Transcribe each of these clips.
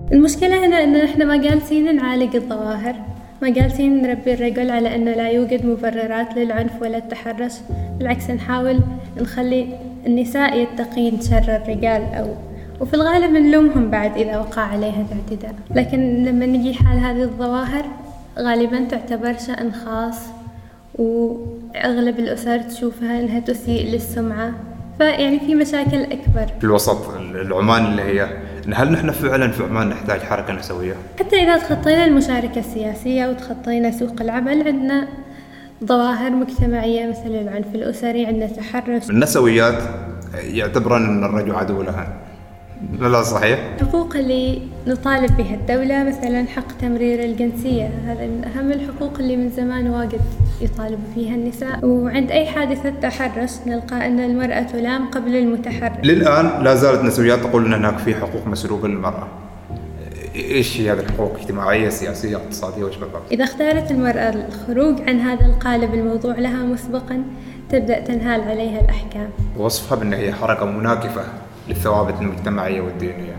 المشكلة هنا إن إحنا ما جالسين نعالج الظواهر، ما جالسين نربي الرجل على إنه لا يوجد مبررات للعنف ولا التحرش، بالعكس نحاول نخلي النساء يتقين شر الرجال وفي الغالب نلومهم بعد إذا وقع عليها الاعتداء. لكن لما نجي حال هذه الظواهر غالبا تعتبر شأن خاص، وأغلب الأسر تشوفها إنها تسيء للسمعة، فيعني في مشاكل أكبر. في الوسط العمان اللي هي هل نحن فعلا في عمان نحتاج حركة نسوية؟ حتى إذا تخطينا المشاركة السياسية وتخطينا سوق العمل، عندنا ظواهر مجتمعية مثل العنف الأسري، عندنا تحرش. النسويات يعتبرون أن الرجل عدو لها، لا صحيح؟ الحقوق اللي نطالب بها الدولة مثلا حق تمرير الجنسية، هذا من أهم الحقوق اللي من زمان واجد يطالب فيها النساء. وعند أي حادثة تحرش نلقى أن المرأة تلام قبل المتحرش. للآن لا زالت نسويات تقول أن هناك في حقوق مسلوبة للمرأة. إيش هي هذه الحقوق؟ اجتماعية، سياسية، اقتصادية، وإيش بالضبط؟ إذا اختارت المرأة الخروج عن هذا القالب الموضوع لها مسبقا تبدأ تنهال عليها الأحكام. وصفها بأن هي حركة مناكفة للثوابت المجتمعية والدينية.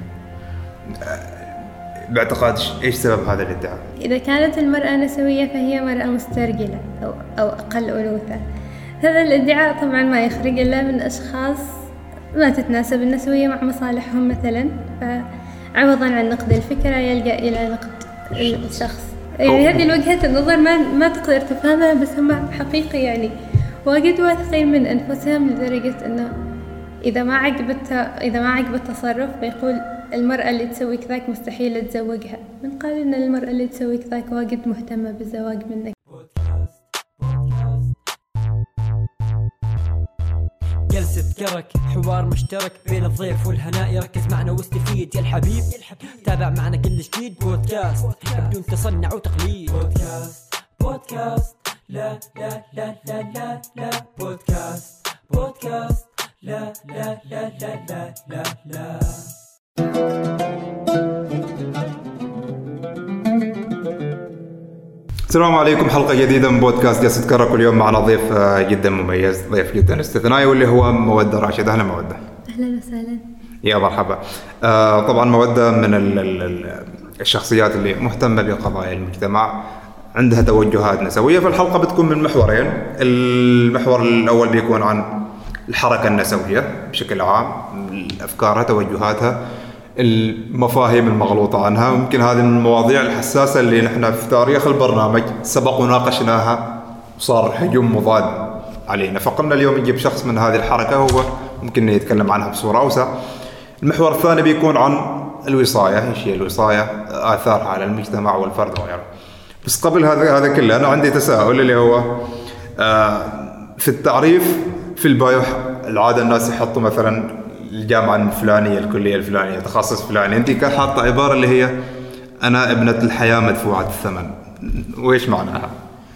باعتقاد إيش سبب هذا الادعاء؟ إذا كانت المرأة نسوية فهي مرأة مسترجلة أو أقل أنوثة. هذا الادعاء طبعا ما يخرج إلا من أشخاص ما تتناسب النسوية مع مصالحهم مثلا، فعوضا عن نقد الفكرة يلجأ إلى نقد الشخص. يعني هذه الوجهة النظر ما تقدر تفهمها، بس هم حقيقة يعني واجد واثقين من أنفسهم لدرجة أنه إذا ما عجبت تصرف بيقول المرأة اللي تسوي كذاك مستحيل أتزوجها، من قال إن المرأة اللي تسوي كذاك واجد مهتمة بالزواج منك. جلسة كرك، حوار مشترك بين الضيف والهناء، يركز معنا واستفيد يا الحبيب. تابع معنا كل جديد، بودكاست بدون تصنع وتقليد. بودكاست لا لا لا لا لا لا بودكاست لا لا لا لا لا لا لا. السلام عليكم، حلقة جديدة من بودكاست جلسة كرك، واليوم معنا ضيف جدا مميز، ضيف جدا استثنائي، واللي هو مودة راشد. أهلا مودة. أهلا وسهلا. يا مرحبا. طبعا مودة من الشخصيات اللي مهتمة بقضايا المجتمع، عندها توجهات نسوية. في الحلقة بتكون من محورين. المحور الأول بيكون عن الحركة النسوية بشكل عام، أفكارها، توجهاتها، المفاهيم المغلوطة عنها. ممكن هذه من المواضيع الحساسة اللي نحن في تاريخ البرنامج سبق وناقشناها وصار هجوم مضاد علينا، فقلنا اليوم نجيب شخص من هذه الحركة هو ممكن يتكلم عنها بصورة أوسع. المحور الثاني بيكون عن الوصاية، ايش هي الوصاية، آثارها على المجتمع والفرد وغيره. بس قبل هذا كله أنا عندي تساؤل اللي هو في التعريف في البايو، العادة الناس يحطوا مثلا الجامعة الفلانية، الكلية الفلانية، تخصص فلاني. أنت كان حاطة عبارة اللي هي أنا ابنة الحياة مدفوعة الثمن، وإيش معناها؟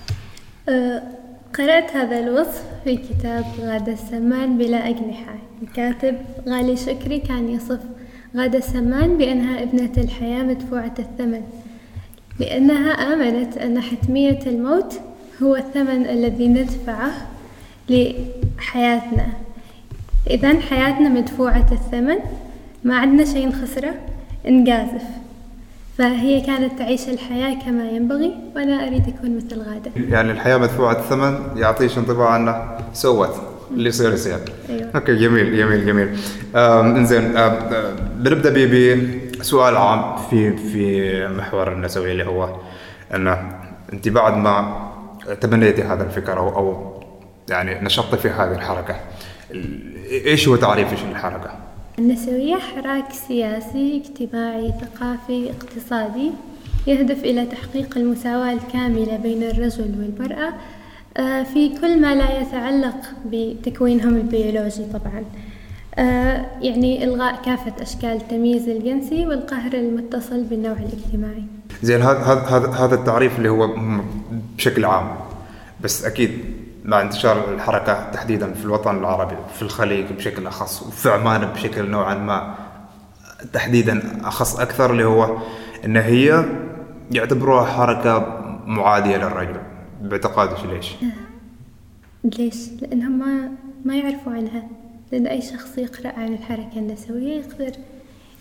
قرأت هذا الوصف في كتاب غادة السمان بلا أجنحة. الكاتب غالي شكري كان يصف غادة السمان بأنها ابنة الحياة مدفوعة الثمن، لأنها آمنت أن حتمية الموت هو الثمن الذي ندفعه لحياتنا. إذن حياتنا مدفوعة الثمن، ما عندنا شيء نخسره، نجازف. فهي كانت تعيش الحياة كما ينبغي، وأنا أريد أكون مثل غادة. يعني الحياة مدفوعة الثمن يعطيش انطباع أنه سوت اللي يصير. أيوة. أوكي، جميل جميل جميل. إنزين، بنبدأ بسؤال عام في محور النسوية، اللي هو أنه أنت بعد ما تبنيتي هذا الفكر أو يعني نشطت في هذه الحركة، إيش هو تعريفك للحركة؟ النسوية حراك سياسي، اجتماعي، ثقافي، اقتصادي، يهدف إلى تحقيق المساواة الكاملة بين الرجل والمرأة في كل ما لا يتعلق بتكوينهم البيولوجي طبعا. يعني إلغاء كافة أشكال التمييز الجنسي والقهر المتصل بالنوع الاجتماعي. زين، هذا التعريف اللي هو بشكل عام، بس أكيد مع انتشار الحركة تحديدا في الوطن العربي، في الخليج بشكل أخص، وفي عمان بشكل نوعا ما تحديدا أخص أكثر، اللي هو إن هي يعتبروها حركة معادية للرجل. باعتقادك ليش؟ لأنهم ما يعرفوا عنها. لأن أي شخص يقرأ عن الحركة النسوية يقدر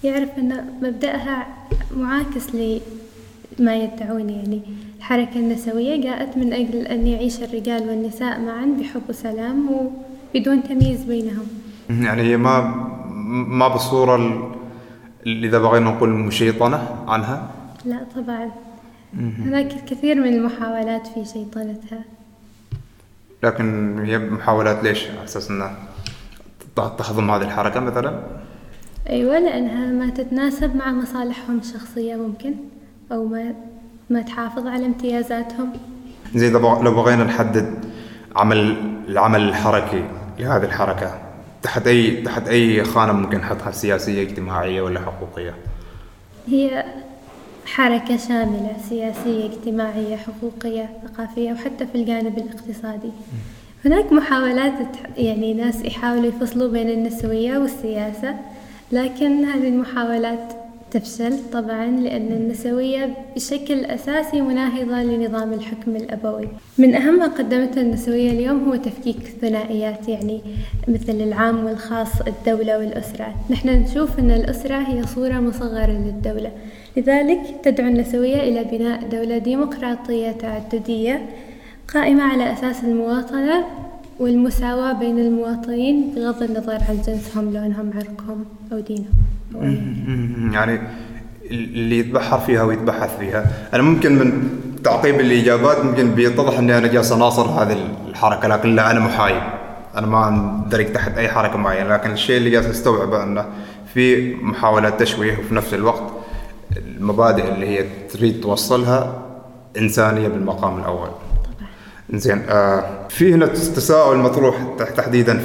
يعرف أن مبدأها معاكس لما يدعون. يعني الحركة النسوية جاءت من أجل أن يعيش الرجال والنساء معا بحب وسلام وبدون تمييز بينهم. يعني هي ما بالصورة اللي إذا بغينا نقول مشيطنة عنها؟ لا طبعا، هناك الكثير من المحاولات في شيطنتها. لكن هي محاولات ليش؟ على أساس أنها تهضم هذه الحركة مثلا؟ أيوة، لأنها ما تتناسب مع مصالحهم الشخصية ممكن، أو ما تحافظ على امتيازاتهم. زي لو بغينا نحدد العمل الحركي لهذه الحركة تحت أي خانة ممكن نحطها؟ سياسية، اجتماعية، ولا حقوقية؟ هي حركة شاملة، سياسية، اجتماعية، حقوقية، ثقافية، وحتى في الجانب الاقتصادي. هناك محاولات يعني ناس يحاولوا يفصلوا بين النسوية والسياسة، لكن هذه المحاولات تفشل طبعا، لأن النسوية بشكل أساسي مناهضة لنظام الحكم الأبوي. من أهم ما قدمته النسوية اليوم هو تفكيك الثنائيات، يعني مثل العام والخاص، الدولة والأسرة. نحن نشوف أن الأسرة هي صورة مصغرة للدولة، لذلك تدعو النسوية إلى بناء دولة ديمقراطية تعددية قائمة على أساس المواطنة والمساواة بين المواطنين بغض النظر عن جنسهم، لونهم، عرقهم أو دينهم. يعني اللي يتبحر فيها ويتبحث فيها. أنا ممكن من تعقيب الإجابات ممكن بيتضح أني أنا جالس أناصر هذه الحركة، لكن لا، أنا محايد، أنا ما أندرج تحت أي حركة معينة. لكن الشيء اللي جالس أستوعبه أنه في محاولات تشويه، وفي نفس الوقت المبادئ اللي هي تريد توصلها إنسانية بالمقام الأول. زين، في هنا تساؤل مطروح تحديدا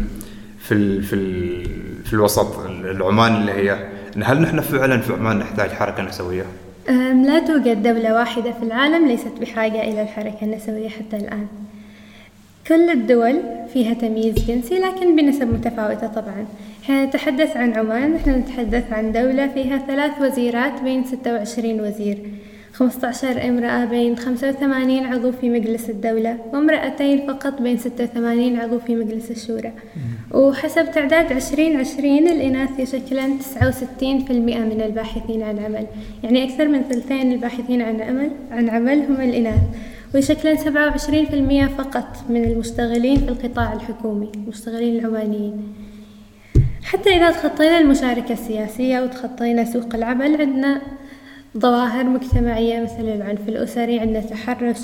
في الوسط العمان، اللي هي هل نحن فعلا في عمان نحتاج حركة نسوية؟ لا توجد دولة واحدة في العالم ليست بحاجة إلى الحركة النسوية حتى الآن. كل الدول فيها تمييز جنسي لكن بنسب متفاوتة طبعا. حين نتحدث عن عمان نحن نتحدث عن دولة فيها 3 وزيرات بين 26 وزير، 15 امرأة بين 85 عضو في مجلس الدولة، وامرأتين فقط بين 86 عضو في مجلس الشورى. وحسب تعداد 2020 الإناث يشكلن 69% من الباحثين عن عمل، يعني أكثر من ثلثين الباحثين عن عمل هم الإناث، ويشكلن 27% فقط من المشتغلين في القطاع الحكومي، المشتغلين العمانيين. حتى إذا تخطينا المشاركة السياسية وتخطينا سوق العمل، عندنا ظواهر مجتمعية مثل العنف الأسري، عندنا تحرش.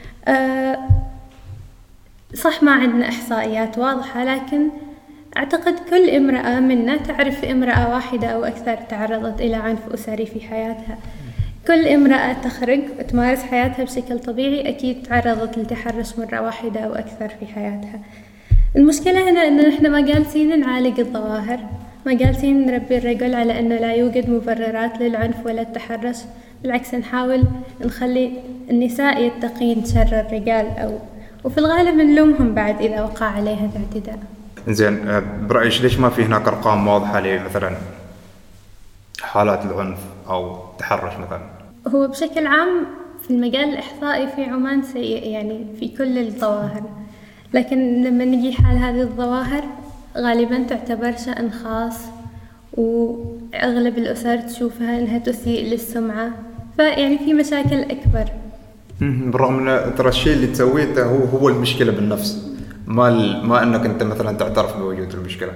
صح ما عندنا إحصائيات واضحة، لكن أعتقد كل امرأة منا تعرف امرأة واحدة أو أكثر تعرضت إلى عنف أسري في حياتها. كل امرأة تخرج وتمارس حياتها بشكل طبيعي أكيد تعرضت للتحرش مرة واحدة أو أكثر في حياتها. المشكلة هنا أنه نحن ما جالسين نعالج الظواهر، ما جالسين نربي الرجل على أنه لا يوجد مبررات للعنف ولا التحرش، بالعكس نحاول نخلي النساء يتقين شر الرجال، وفي الغالب نلومهم بعد إذا وقع عليها الاعتداء. زين، برأيك ليش ما في هناك أرقام واضحة لمثلا حالات العنف أو التحرش مثلا؟ هو بشكل عام في المجال الإحصائي في عمان سيء، يعني في كل الظواهر، لكن لما نجي حال هذه الظواهر غالبا تعتبر شأن خاص، وأغلب الأسر تشوفها أنها تسيء للسمعة، فيعني في مشاكل أكبر. بالرغم أن ترى الشيء اللي تسويته هو المشكلة بالنفس، ما أنك أنت مثلا تعترف بوجود المشكلة.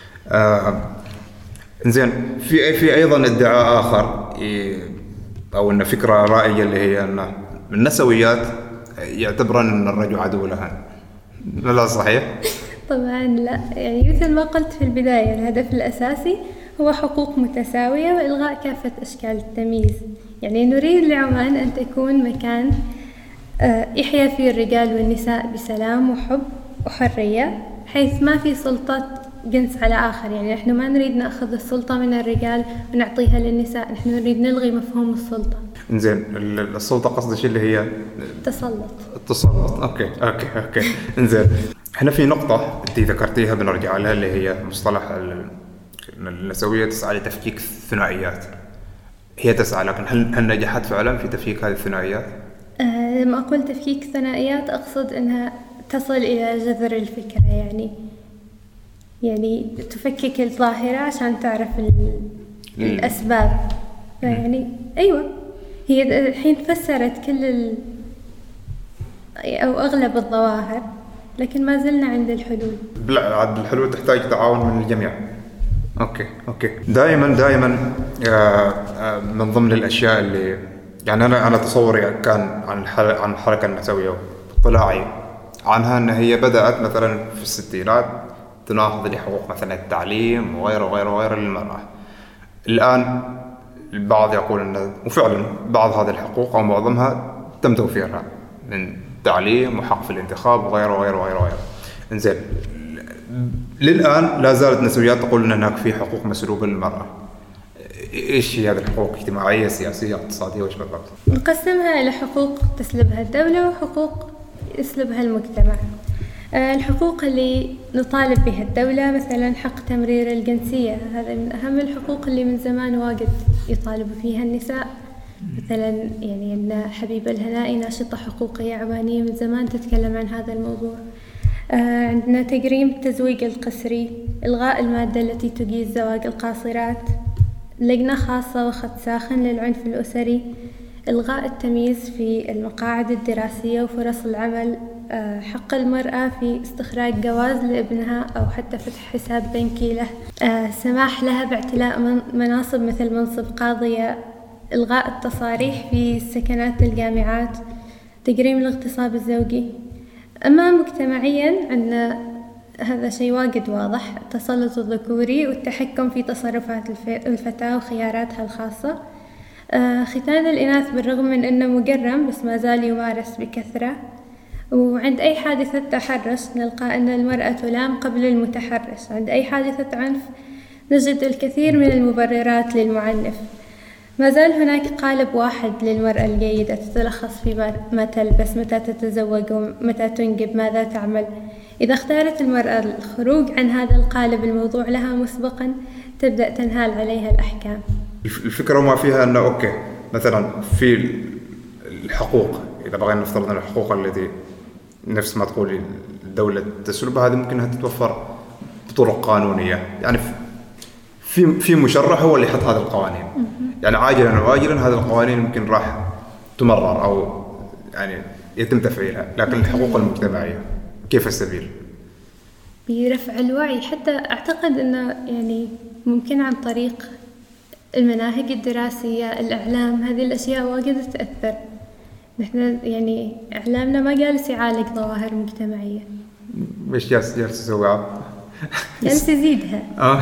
زين، في أيضا ادعاء آخر أو أن فكرة رائجة اللي هي أن النسويات يعتبرن أن الرجل عدو لها. لا صحيح؟ طبعا لا، يعني مثل ما قلت في البداية الهدف الأساسي هو حقوق متساوية وإلغاء كافة أشكال التمييز. يعني نريد لعمان أن تكون مكان يحيا فيه الرجال والنساء بسلام وحب وحرية، حيث ما في سلطة جنس على آخر. يعني نحن ما نريد نأخذ السلطة من الرجال ونعطيها للنساء، نحن نريد نلغي مفهوم السلطة. إنزين، السلطة قصدك اللي هي التسلط. أوكي. إنزين، إحنا في نقطة أنت ذكرتيها بنرجع لها، اللي هي مصطلح النسوية تسعى لتفكيك الثنائيات. هي تسعى، لكن هل نجحت فعلا في تفكيك هذه الثنائيات؟ لما أقول تفكيك الثنائيات أقصد أنها تصل إلى جذر الفكرة، يعني تفكك الظاهرة عشان تعرف الأسباب. يعني أيوة، هي الحين فسرت كل أو أغلب الظواهر، لكن ما زلنا عند الحلول. عند الحلول تحتاج تعاون من الجميع. أوكي. دائما من ضمن الأشياء اللي يعني أنا تصوري كان عن الحركة النسوية واطلاعي عنها أن هي بدأت مثلا في الستينات تناهض لحقوق مثلا التعليم وغيره للمرأة. الآن البعض يقول أن وفعلا بعض هذه الحقوق أو معظمها تم توفيرها من تعليم وحق في الانتخاب وغيره. إنزين، للآن لا زالت نسويات تقول أن هناك في حقوق مسلوبة للمرأة. إيش هي هذه الحقوق؟ اجتماعية، سياسية، اقتصادية، وإيش بالضبط؟ نقسمها إلى حقوق تسلبها الدولة وحقوق يسلبها المجتمع. الحقوق اللي نطالب بها الدولة مثلا حق تمرير الجنسية، هذا من أهم الحقوق اللي من زمان واجد يطالب فيها النساء. مثلا يعني أن حبيبة الهنائي ناشطة حقوقية عمانية من زمان تتكلم عن هذا الموضوع. عندنا تجريم التزويج القسري، إلغاء المادة التي تجيز زواج القاصرات، لجنة خاصة وخط ساخن للعنف الأسري، إلغاء التمييز في المقاعد الدراسية وفرص العمل، حق المرأة في استخراج جواز لابنها أو حتى فتح حساب بنكي له، سماح لها باعتلاء مناصب مثل منصب قاضية، إلغاء التصاريح في سكنات الجامعات، تجريم الاغتصاب الزوجي. أما مجتمعيا عندنا هذا شيء واجد واضح، التسلط الذكوري والتحكم في تصرفات الفتاة وخياراتها الخاصة، ختان الإناث بالرغم من أنه مجرم بس ما زال يمارس بكثرة. وعند أي حادثة تحرش نلقى أن المرأة تلام قبل المتحرش، عند أي حادثة عنف نجد الكثير من المبررات للمعنف. ما زال هناك قالب واحد للمرأة الجيدة تتلخص في ما تلبس، متى تتزوج، متى تنجب، ماذا تعمل. إذا اختارت المرأة الخروج عن هذا القالب الموضوع لها مسبقا تبدأ تنهال عليها الأحكام. الفكرة ما فيها أنه أوكي مثلا في الحقوق، إذا بغينا نفترض أن الحقوق التي نفس ما تقولي الدولة تسلبها هذه ممكن أنها تتوفر بطرق قانونية. يعني في مشرع هو اللي يحط هذه القوانين، يعني عاجلا وآجلا هذه القوانين ممكن راح تمرر أو يعني يتم تفعيلها. لكن الحقوق المجتمعية كيف السبيل؟ برفع الوعي، حتى أعتقد أنه يعني ممكن عن طريق المناهج الدراسية، الإعلام، هذه الأشياء واجد تأثر. نحن يعني إعلامنا ما جالس يعالج ظواهر مجتمعية، مش جالس يسوي عب، جالس يزيدها.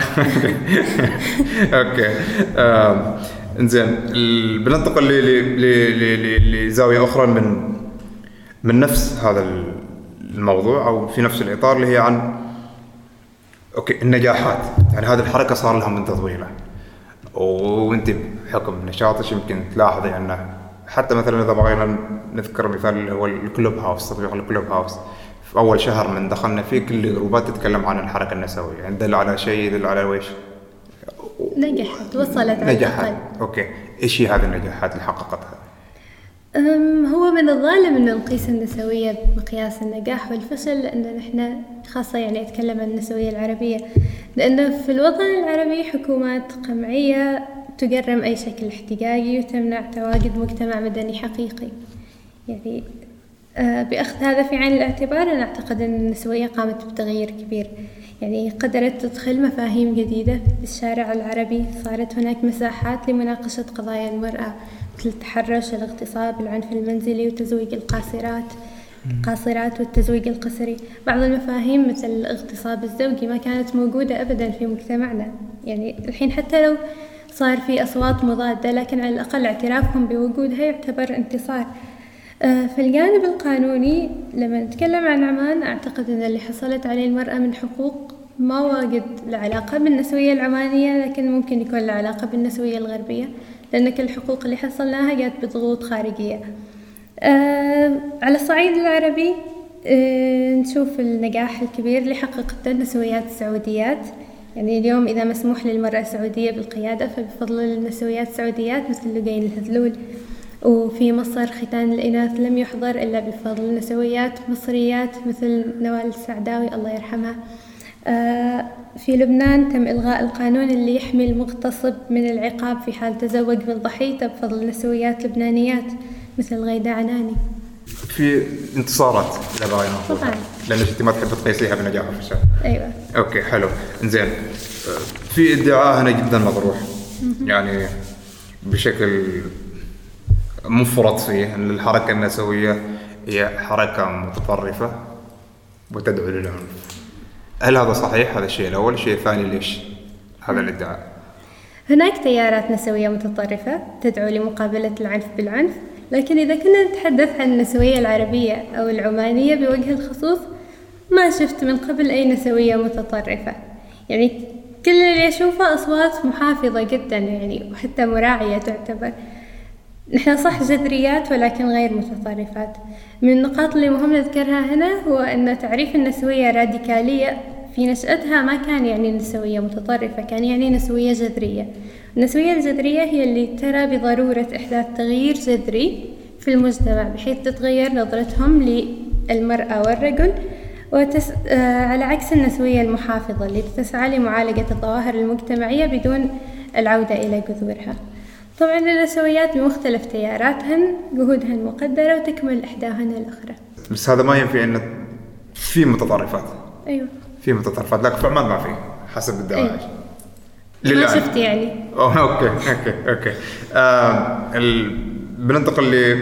أوكي. إنزين، بننتقل لزاوية أخرى من نفس هذا الموضوع أو في نفس الإطار، اللي هي عن أوكي النجاحات. يعني هذه الحركة صار لها مدة طويلة، وأنت بحكم نشاطك يمكن تلاحظي أنه حتى مثلا إذا بغينا نذكر مثال اللي هو الكلوب هاوس، تطبيق الكلوب هاوس، في أول شهر من دخلنا فيه كل الجروبات تتكلم عن الحركة النسوية، يعني دل على شيء، يدل على ويش نجحت، وصلت نجاحات. أوكي، إيش هي هذه النجاحات اللي حققتها؟ هو من الظالم أن نقيس النسوية بمقياس النجاح والفشل، لأن نحن خاصة يعني أتكلم عن النسوية العربية، لأن في الوطن العربي حكومات قمعية تجرم أي شكل احتجاجي وتمنع تواجد مجتمع مدني حقيقي. يعني بأخذ هذا في عين الاعتبار أنا أعتقد أن النسوية قامت بتغيير كبير، يعني قدرت تدخل مفاهيم جديدة في الشارع العربي، صارت هناك مساحات لمناقشة قضايا المرأة مثل التحرش، الاغتصاب، العنف المنزلي، وتزويج القاصرات والتزويج القسري. بعض المفاهيم مثل الاغتصاب الزوجي ما كانت موجودة أبدا في مجتمعنا، يعني الحين حتى لو صار في أصوات مضادة لكن على الأقل اعترافهم بوجودها يعتبر انتصار. في الجانب القانوني لما نتكلم عن عمان أعتقد أن اللي حصلت عليه المرأة من حقوق ما واجد له علاقة بالنسوية العمانية، لكن ممكن يكون له علاقة بالنسوية الغربية، لأن كل الحقوق اللي حصلناها جات بضغوط خارجية. على الصعيد العربي نشوف النجاح الكبير اللي حققته النسويات السعوديات. يعني اليوم إذا مسموح للمرأة السعودية بالقيادة فبفضل النسويات السعوديات مثل لجين الهذلول. وفي مصر ختان الإناث لم يحظر إلا بفضل نسويات مصريات مثل نوال السعداوي الله يرحمها. في لبنان تم إلغاء القانون اللي يحمي المغتصب من العقاب في حال تزوج من ضحيته بفضل نسويات لبنانيات مثل غيدة عناني. في انتصارات إذا بغينا طبعا، لأنك أنت ما تحب تقيسيها بنجاح وفشل. أيوة. أوكي حلو. إنزين، في ادعاء هنا جدا مطروح يعني بشكل مفرط فيه أن الحركة النسوية هي حركة متطرفة وتدعو للعنف. هل هذا صحيح؟ هذا الشيء الأول. الشيء الثاني، ليش هذا الادعاء؟ هناك تيارات نسوية متطرفة تدعو لمقابلة العنف بالعنف، لكن إذا كنا نتحدث عن النسوية العربية أو العمانية بوجه الخصوص، ما شفت من قبل أي نسوية متطرفة. يعني كل اللي أشوفه أصوات محافظة جدا يعني، وحتى مراعية تعتبر. نحن صح جذريات ولكن غير متطرفات. من النقاط اللي مهم نذكرها هنا هو أن تعريف النسوية راديكالية في نشأتها ما كان يعني نسوية متطرفة، كان يعني نسوية جذرية. النسوية الجذرية هي اللي ترى بضرورة إحداث تغيير جذري في المجتمع بحيث تتغير نظرتهم للمرأة والرجل، على عكس النسوية المحافظة اللي تسعى لمعالجة الظواهر المجتمعية بدون العودة إلى جذورها. طبعا النسويات بمختلف تياراتهن جهودهن مقدرة وتكمل إحداهن الأخرى. بس هذا ما ينفي أن في متطرفات. أيوة، في متطرفات، لكن في عمان ما في حسب الدواعي. أيوة. ما شفت يعني. اوكي. بننتقل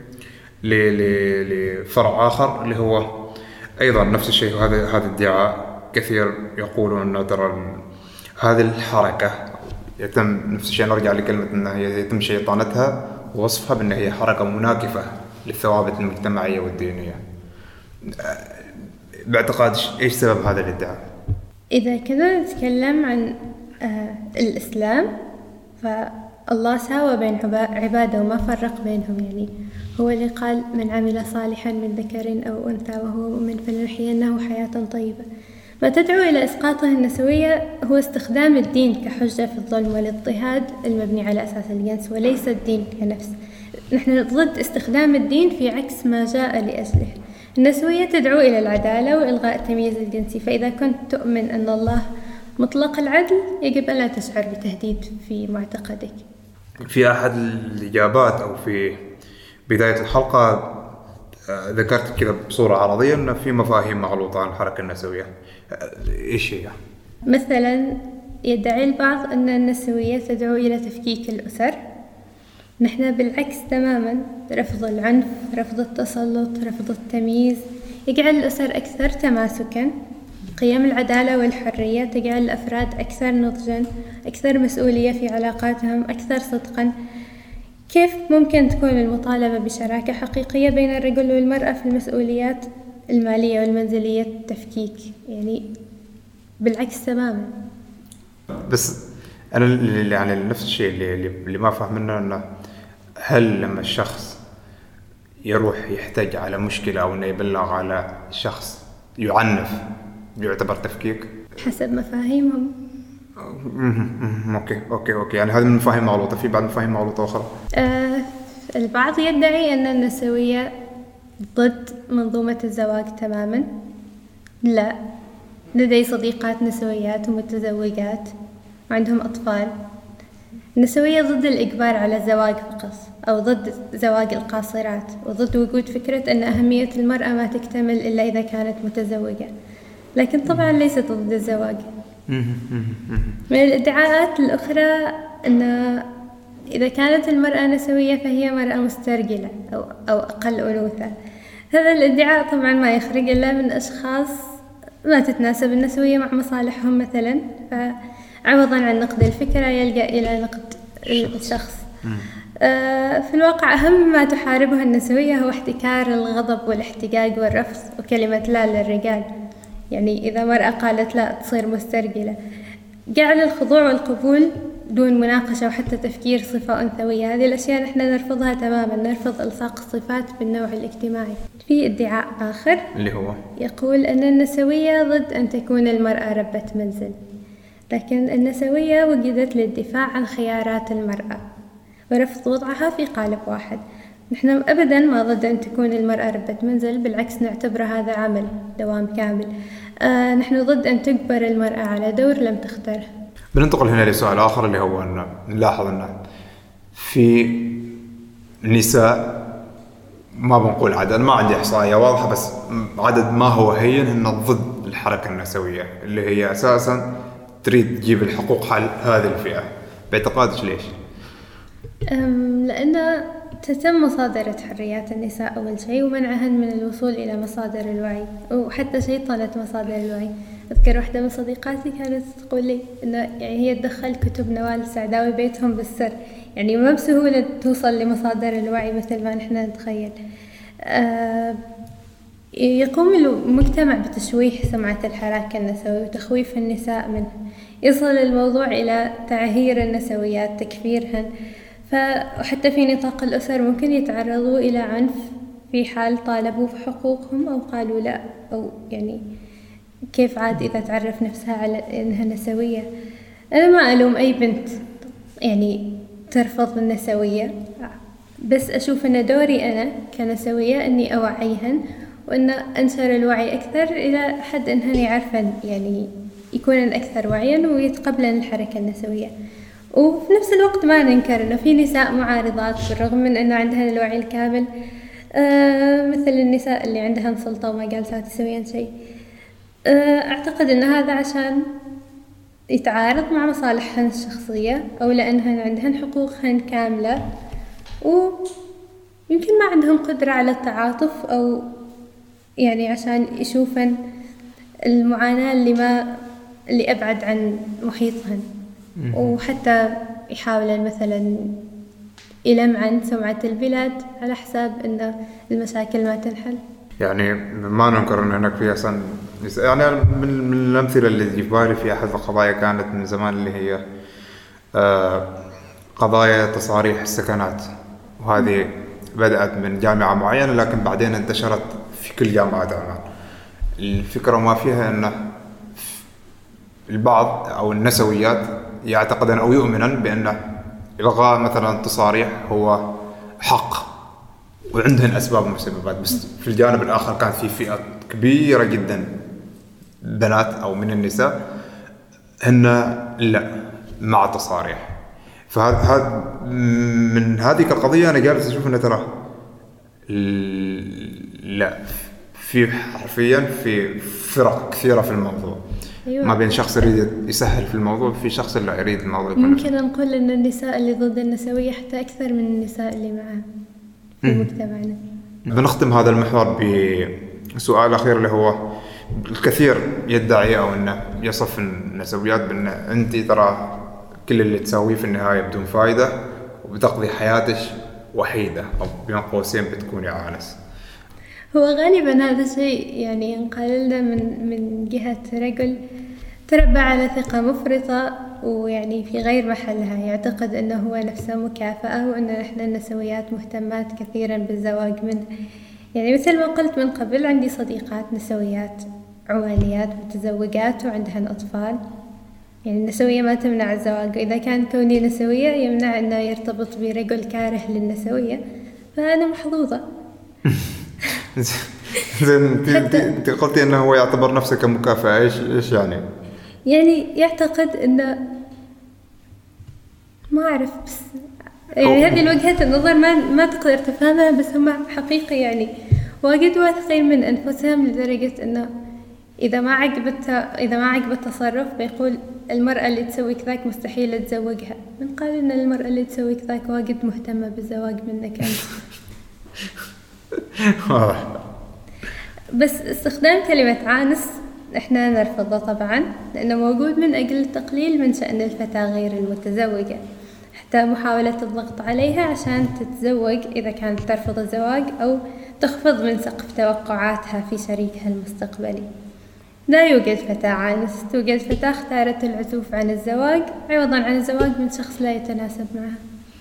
لفرع آخر اللي هو أيضا نفس الشيء، وهذا ادعاء كثير يقولون أنه ترى هذه الحركة يتم نفس الشيء. نرجع لكلمة أنها يتم شيطانتها ووصفها بأنها هي حركة مناكفة للثوابت المجتمعية والدينية. باعتقاد إيش سبب هذا الادعاء؟ إذا كنا نتكلم عن الإسلام، فالله ساوى بين عباده وما فرق بينهم. يعني هو اللي قال: من عمل صالحا من ذكر أو أنثى وهو مؤمن فلنحيينه حياة طيبة. ما تدعو إلى إسقاطه النسوية هو استخدام الدين كحجة في الظلم والاضطهاد المبني على أساس الجنس وليس الدين كنفس. نحن ضد استخدام الدين في عكس ما جاء لأجله. النسوية تدعو إلى العدالة وإلغاء التمييز الجنسي، فإذا كنت تؤمن أن الله مطلق العدل يجب ألا تشعر بتهديد في معتقدك. في أحد الإجابات أو في بداية الحلقة ذكرت كذا بصورة عرضية أن في مفاهيم مغلوطة عن الحركة النسوية. إيش هي؟ مثلا يدعي البعض أن النسوية تدعو إلى تفكيك الأسر. نحن بالعكس تماما، رفض العنف، رفض التسلط، رفض التمييز يجعل الأسر أكثر تماسكا. قيم العدالة والحرية تجعل الأفراد أكثر نضجا، أكثر مسؤولية في علاقاتهم، أكثر صدقا. كيف ممكن تكون المطالبة بشراكة حقيقية بين الرجل والمرأة في المسؤوليات المالية والمنزلية تفكيك؟ يعني بالعكس تماما. بس أنا يعني نفس الشيء اللي ما فهم منه أنه هل لما الشخص يروح يحتاج على مشكلة أو أنه يبلغ على شخص يعنف يعتبر تفكيك؟ حسب مفاهيمهم. أوكي. يعني هذه من المفاهيم مغلوطة. في بعض مفاهيم مغلوطة أخرى. البعض يدعي أن النسوية ضد منظومة الزواج تماما. لا، لدي صديقات نسويات ومتزوجات وعندهم أطفال. النسوية ضد الإجبار على الزواج فقط، أو ضد زواج القاصرات، وضد وجود فكرة أن أهمية المرأة ما تكتمل إلا إذا كانت متزوجة، لكن طبعا ليست ضد الزواج. من الادعاءات الأخرى أن إذا كانت المرأة نسوية فهي مرأة مسترجلة أو أقل أنوثة. هذا الادعاء طبعا ما يخرج إلا من أشخاص ما تتناسب النسوية مع مصالحهم مثلا، فعوضا عن نقد الفكرة يلجأ إلى نقد الشخص. في الواقع أهم ما تحاربها النسوية هو احتكار الغضب والاحتجاج والرفض وكلمة لا للرجال. يعني إذا مرأة قالت لا تصير مسترجلة. جعل الخضوع والقبول دون مناقشة وحتى تفكير صفة أنثوية، هذه الأشياء نحن نرفضها تماما، نرفض إلصاق الصفات بالنوع الاجتماعي. في ادعاء آخر اللي هو يقول أن النسوية ضد أن تكون المرأة ربة منزل، لكن النسوية وجدت للدفاع عن خيارات المرأة ورفض وضعها في قالب واحد. نحن أبدا ما ضد أن تكون المرأة ربة منزل، بالعكس نعتبر هذا عمل دوام كامل. نحن ضد أن تجبر المرأة على دور لم تختاره. بننتقل هنا لسؤال آخر اللي هو أن نلاحظ أن في نساء، ما بنقول عدد، ما عندي إحصائية واضحة، بس عدد ما هو هين هن ضد الحركة النسوية اللي هي أساسا تريد تجيب الحقوق حل هذه الفئة. باعتقادك ليش؟ لأن تتم مصادرة حريات النساء أول شيء ومنعهن من الوصول إلى مصادر الوعي وحتى شيطنة مصادر الوعي. أذكر واحدة من صديقاتي كانت تقول لي إنه يعني هي تدخل كتب نوال السعداوي بيتهم بالسر، يعني ما بسهولة توصل لمصادر الوعي مثل ما نحن نتخيل. يقوم المجتمع بتشويه سمعة الحراك النسوي وتخويف النساء منه، يصل الموضوع إلى تعهير النسويات، تكفيرهن. وحتى في نطاق الأسر ممكن يتعرضوا إلى عنف في حال طالبوا بحقوقهم أو قالوا لا، أو يعني كيف عاد إذا تعرف نفسها على إنها نسوية. أنا ما ألوم أي بنت يعني ترفض النسوية، بس أشوف أن دوري أنا كنسوية أني أوعيهن وأن أنشر الوعي أكثر إلى حد أنهن يعرفن، يعني يكونن أكثر وعيا ويتقبلن الحركة النسوية. وفي نفس الوقت ما ننكر أنه في نساء معارضات بالرغم من أنه عندهن الوعي الكامل، مثل النساء اللي عندهن سلطة وما جالسات يسوين شيء. أعتقد أن هذا عشان يتعارض مع مصالحهن الشخصية أو لأنهن عندهن حقوقهن كاملة ويمكن ما عندهم قدرة على التعاطف، أو يعني عشان يشوفن المعاناة اللي أبعد عن محيطهن، وحتى يحاولن مثلا يلمعن سمعة البلاد على حساب أن المشاكل ما تنحل. يعني ما ننكر أن هناك في أصلا يعني من الأمثلة اللي تجي في بالي في أحد القضايا كانت من زمان اللي هي قضايا تصاريح السكنات، وهذه بدأت من جامعة معينة لكن بعدين انتشرت في كل جامعات عمان. الفكرة ما فيها أن البعض أو النسويات يعتقدن أو يؤمنن بأن إلغاء مثلا تصاريح هو حق وعندهن أسباب ومسببات، بس في الجانب الآخر كانت في فئة كبيرة جدا بنات أو من النساء هن لا مع التصاريح. فهذا من هذه القضية أنا جالس أشوف أن ترى لا، في حرفيا في فرق كثيرة في الموضوع. أيوة. ما بين شخص يريد يسهل في الموضوع في شخص لا يريد الموضوع يكون. ممكن نقول أن النساء اللي ضد النسوية حتى أكثر من النساء اللي معها في مجتمعنا. بنختم هذا المحور بسؤال أخير اللي هو الكثير يدعي أو أنه يصف النسويات بأن أنت ترى كل اللي تسويه في النهاية بدون فائدة وبتقضي حياتك وحيدة أو بين قوسين بتكوني عانس. هو غالبا هذا الشيء يعني ينقال لنا من جهة رجل تربى على ثقة مفرطة ويعني في غير محلها، يعتقد أنه هو نفسه مكافأة وأن نحن النسويات مهتمات كثيرا بالزواج منه. يعني مثل ما قلت من قبل عندي صديقات نسويات عواليات متزوجات وعندهن أطفال. يعني النسوية ما تمنع الزواج، وإذا كان كوني نسوية يمنع أنه يرتبط برجل كاره للنسوية، فأنا محظوظة. زين انت قلتي انه هو يعتبر نفسه كمكافأة، ايش يعني؟ يعني يعتقد انه ما اعرف، بس يعني هذه الوجهة النظر ما تقدر تفهمها، بس هم حقيقي يعني واجد واثقين من انفسهم لدرجة انه اذا ما عجبت تصرف بيقول المرأة اللي تسوي كذاك مستحيل اتزوجها. من قال ان المرأة اللي تسوي كذاك واجد مهتمة بالزواج منك انت. بس استخدام كلمة عانس احنا نرفضه طبعا، لأنه موجود من أجل التقليل من شأن الفتاة غير المتزوجة، حتى محاولة الضغط عليها عشان تتزوج إذا كانت ترفض الزواج أو تخفض من سقف توقعاتها في شريكها المستقبلي. لا يوجد فتاة عانس، توجد فتاة اختارت العزوف عن الزواج عوضا عن الزواج من شخص لا يتناسب معها.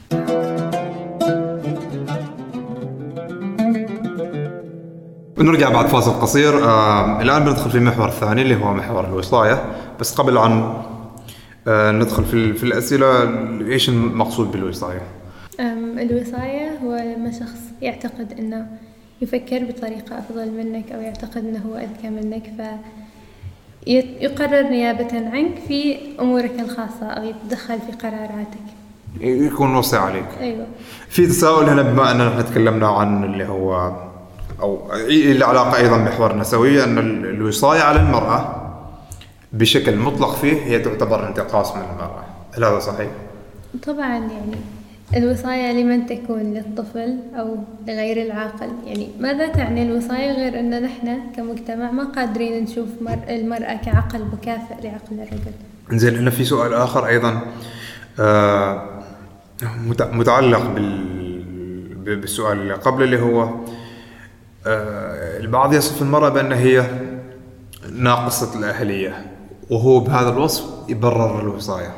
ونرجع بعد فاصل قصير. الآن بندخل في المحور الثاني اللي هو محور الوصاية، بس قبل أن ندخل في الأسئلة، إيش المقصود بالوصاية؟ الوصاية هو لما شخص يعتقد أنه يفكر بطريقة أفضل منك أو يعتقد أنه هو أذكى منك، فيقرر نيابة عنك في أمورك الخاصة أو يتدخل في قراراتك، يكون وصي عليك. أيوة. في تساؤل هنا، بما أننا تكلمنا عن اللي هو أو له علاقة أيضا بمحور النسوية، أن الوصاية على المرأة بشكل مطلق فيه هي تعتبر انتقاص من المرأة، هل هذا صحيح؟ طبعا يعني الوصاية لمن تكون؟ للطفل أو لغير العاقل. يعني ماذا تعني الوصاية غير أن نحن كمجتمع ما قادرين نشوف المرأة كعقل مكافئ لعقل الرجل. إنزين، هنا في سؤال آخر أيضا متعلق بالسؤال اللي قبل، اللي هو البعض يصف المرأة بأن هي ناقصة الأهلية، وهو بهذا الوصف يبرر الوصاية.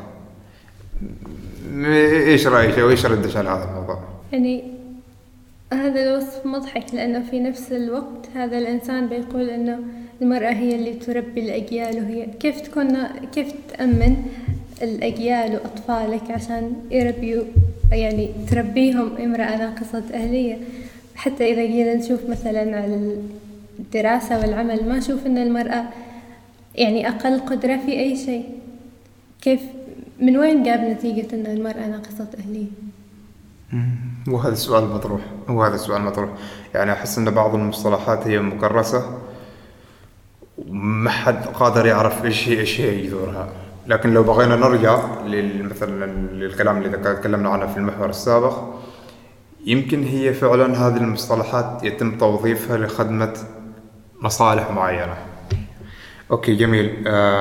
إيش رأيك وإيش ردش على هذا الموضوع؟ يعني هذا الوصف مضحك، لأنه في نفس الوقت هذا الإنسان بيقول أنه المرأة هي اللي تربي الأجيال، وهي كيف تأمن الأجيال وأطفالك عشان يربيوا، يعني تربيهم امرأة ناقصة أهلية. حتى إذا جينا نشوف مثلا على الدراسة والعمل ما نشوف أن المرأة يعني أقل قدرة في أي شيء. كيف من وين جاب نتيجة أن المرأة ناقصة أهلية؟ وهذا السؤال مطروح. يعني أحس أن بعض المصطلحات هي مكرسة وما حد قادر يعرف إيش هي جذورها. لكن لو بغينا نرجع مثلا للكلام اللي تكلمنا عنه في المحور السابق، يمكن هي فعلا هذه المصطلحات يتم توظيفها لخدمة مصالح معينة. أوكي جميل.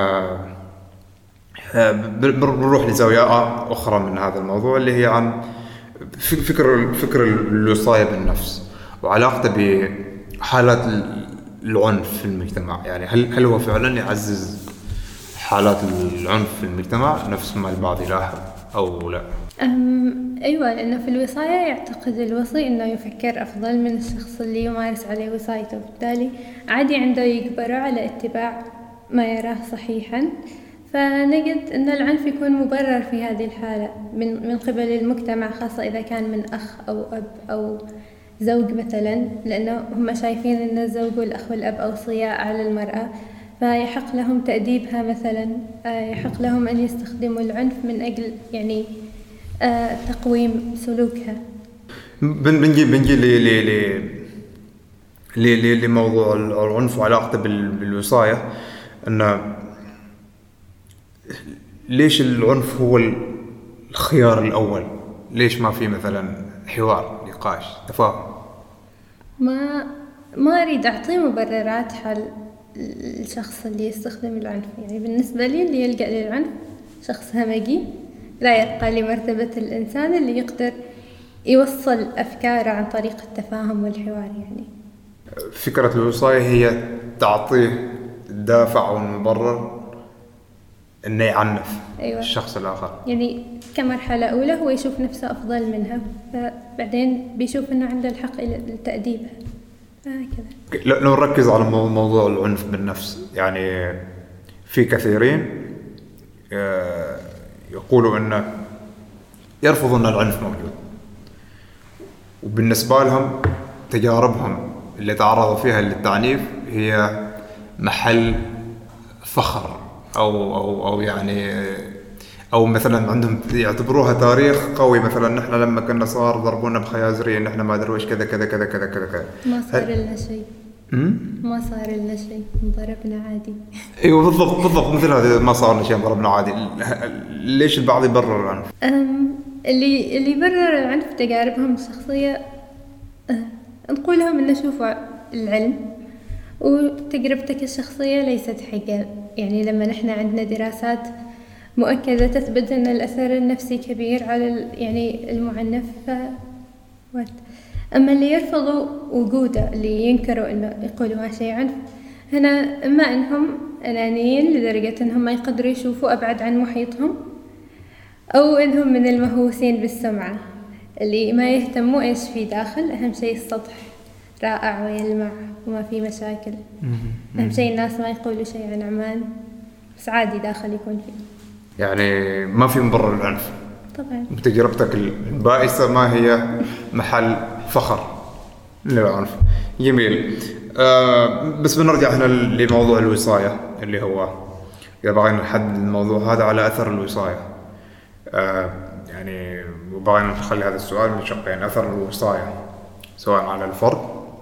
بنروح لزاوية أخرى من هذا الموضوع، اللي هي عن فكر الوصاية بالنفس وعلاقته بحالات العنف في المجتمع. يعني هل هو فعلا يعزز حالات العنف في المجتمع نفس ما البعض يلاحظ أو لا؟ أيوة، لأنه في الوصاية يعتقد الوصي أنه يفكر أفضل من الشخص اللي يمارس عليه وصايته، وبالتالي عادي عنده يجبره على اتباع ما يراه صحيحا. فنجد أن العنف يكون مبرر في هذه الحالة من قبل المجتمع، خاصة إذا كان من أخ أو أب أو زوج مثلا، لأنه هم شايفين أن الزوج والأخ والأب أوصياء على المرأة، فيحق لهم تأديبها مثلا، يحق لهم أن يستخدموا العنف من أجل يعني تقويم سلوكها. بنجي لموضوع العنف وعلاقته بالوصاية، أن ليش العنف هو الخيار الأول؟ ليش ما في مثلا حوار، نقاش، تفاهم؟ ما أريد أعطي مبررات حل الشخص اللي يستخدم العنف. يعني بالنسبة لي اللي يلجأ للعنف شخص همجي لا يرقى لمرتبة الإنسان اللي يقدر يوصل أفكاره عن طريق التفاهم والحوار. يعني فكرة الوصاية هي تعطيه الدافع أو المبرر إنه يعنف أيوة. الشخص الآخر. يعني كمرحلة أولى هو يشوف نفسه أفضل منها، فبعدين بيشوف إنه عنده الحق لتأديبها. هكذا. لو نركز على موضوع العنف بالنفس، يعني في كثيرين يقولوا إنه يرفضون أن العنف موجود، وبالنسبة لهم تجاربهم اللي تعرضوا فيها للتعنيف هي محل فخر أو يعني أو مثلا عندهم يعتبروها تاريخ قوي. مثلا نحن لما كنا صغار ضربونا بخيازرين، نحن ما أدري وإيش كذا كذا كذا كذا كذا كذا. ما صار لنا شيء. ما صار لنا شيء، ضربنا عادي. ايوه بالضبط مثل هذا، ما صار لنا شيء، ضربنا عادي. ليش البعض يبرر العنف؟ اللي يبرر العنف تجاربهم الشخصية. نقول لهم إن شوفوا العلم وتجربتك الشخصية ليست حجة. يعني لما نحن عندنا دراسات مؤكدة تثبت أن الأثر النفسي كبير على يعني المعنف. أما اللي يرفضوا وجوده، اللي ينكروا إنه يقولوا ما شيء عنف، هنا إما إنهم أنانيين لدرجة إنهم ما يقدروا يشوفوا أبعد عن محيطهم، أو إنهم من المهووسين بالسمعة اللي ما يهتموا إيش في داخل. أهم شيء السطح رائع ويلمع وما في مشاكل. أهم شيء الناس ما يقولوا شيء عن عمان، بس عادي داخل يكون فيه. يعني ما في مبرر العنف. طبعا. تجربتك البائسة ما هي محل فخر لا أعرف. جميل. بس بنرجع هنا لموضوع الوصاية اللي هو إذا بغينا نحدد الموضوع هذا على أثر الوصاية. يعني وبغينا نخلي هذا السؤال من شقين: أثر الوصاية سواء على الفرد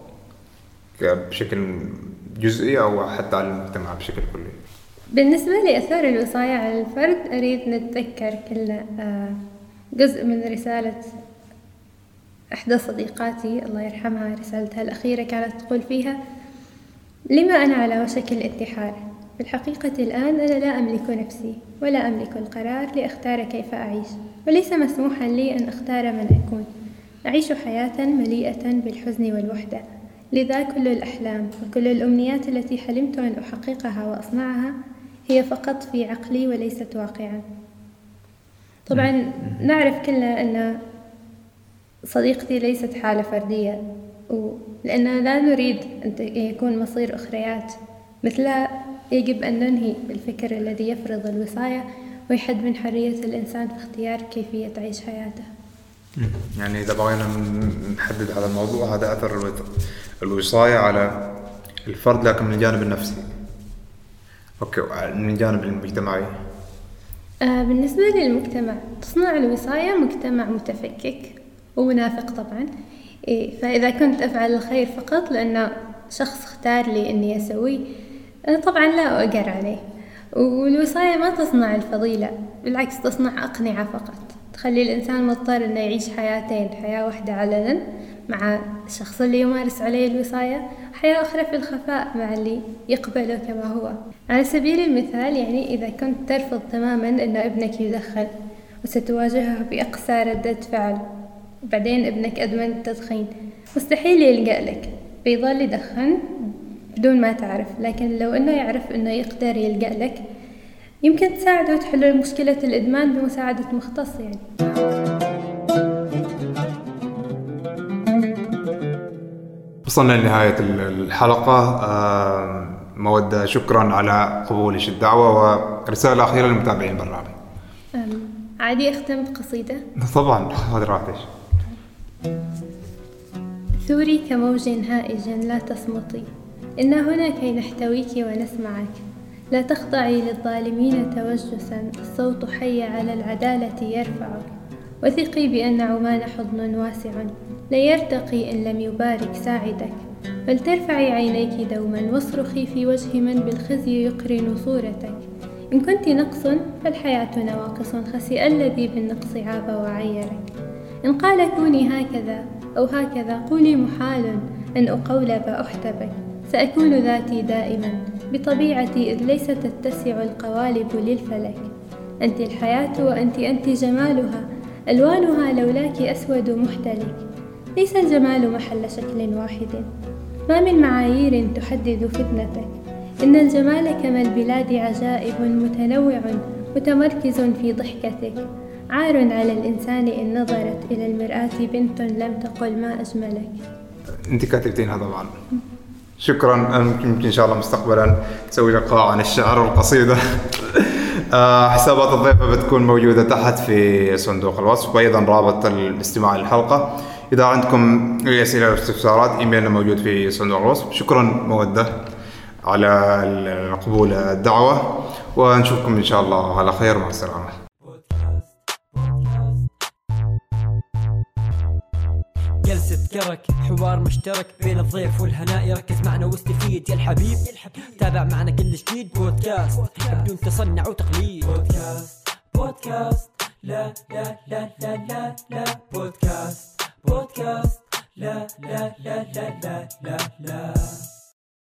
بشكل جزئي أو حتى على المجتمع بشكل كلي. بالنسبة لأثار الوصاية على الفرد، أريد نتذكر كلنا جزء من رسالة إحدى صديقاتي الله يرحمها. رسالتها الأخيرة كانت تقول فيها: لما أنا على وشك الانتحار؟ في الحقيقة الآن أنا لا أملك نفسي ولا أملك القرار لأختار كيف أعيش، وليس مسموحا لي أن أختار من أكون. أعيش حياة مليئة بالحزن والوحدة، لذا كل الأحلام وكل الأمنيات التي حلمت أن أحققها وأصنعها هي فقط في عقلي وليست واقعا. طبعا نعرف كلنا أن صديقتي ليست حالة فردية، لأننا لا نريد أن يكون مصير أخريات مثلها. يجب أن ننهي الفكر الذي يفرض الوصاية ويحد من حرية الإنسان في اختيار كيفية عيش حياته. يعني إذا بغينا نحدد هذا الموضوع، هذا أثر الوصاية على الفرد لكن من الجانب النفسي. أوكي، من الجانب المجتمعي. بالنسبة للمجتمع، تصنع الوصاية مجتمع متفكك ومنافق طبعا. فإذا كنت أفعل الخير فقط لأن شخص اختار لي أني أسويه، طبعا لا أؤجر عليه. والوصاية ما تصنع الفضيلة، بالعكس تصنع أقنعة فقط، تخلي الإنسان مضطر أنه يعيش حياتين: حياة واحدة علنا مع الشخص اللي يمارس عليه الوصاية، حياة أخرى في الخفاء مع اللي يقبله كما هو. على سبيل المثال، يعني إذا كنت ترفض تماما أن ابنك يدخن وستواجهه بأقصى ردة فعل، بعدين ابنك أدمن التدخين، مستحيل يلجأ لك، بيظل يدخن بدون ما تعرف. لكن لو أنه يعرف أنه يقدر يلجأ لك، يمكن تساعده وتحل مشكلة الإدمان بمساعدة مختص. يعني وصلنا لنهاية الحلقة. مودة، شكرا على قبولك الدعوة، ورسالة أخيرة للمتابعين برنامج. عادي أختم بقصيدة؟ طبعا، هذا راحتك. ثوري كموج هائج لا تصمتي، إنا هنا كي نحتويك ونسمعك. لا تخضعي للظالمين توجسا، الصوت حي على العدالة يرفعك. وثقي بأن عمان حضن واسع لا يرتقي إن لم يبارك ساعدك. فلترفعي عينيك دوما واصرخي في وجه من بالخزي يقرن صورتك. إن كنت نقص فالحياة نواقص، خسئ الذي بالنقص عاب وعيرك. إن قال كوني هكذا أو هكذا، قولي محال أن أقولب أحتبك. سأكون ذاتي دائما بطبيعتي، إذ ليس تتسع القوالب للفلك. أنت الحياة وأنت جمالها، ألوانها لولاك أسود محتلك. ليس الجمال محل شكل واحد، ما من معايير تحدد فتنتك. إن الجمال كما البلاد عجائب، متنوع متمركز في ضحكتك. عار على الإنسان إن نظرت إلى المرآة بنت لم تقل ما أجملك. أنت كاتبتين هذا طبعا. شكرا. يمكن إن شاء الله مستقبلا تسوي لقاء عن الشعر والقصيدة. حسابات الضيفة بتكون موجودة تحت في صندوق الوصف، وأيضا رابط الاستماع للحلقة. إذا عندكم أي أسئلة أو استفسارات، إيميلنا موجود في صندوق الوصف. شكرا مودة على قبول الدعوة، ونشوفكم إن شاء الله على خير. مع السلامة. جلسة كرك، حوار مشترك بين الضيف والهناء، ركز معنا واستفيد يا الحبيب. تابع معنا كل جديد، بودكاست بدون تصنع وتقليد. بودكاست لا لا لا لا لا لا. بودكاست لا لا لا لا لا لا.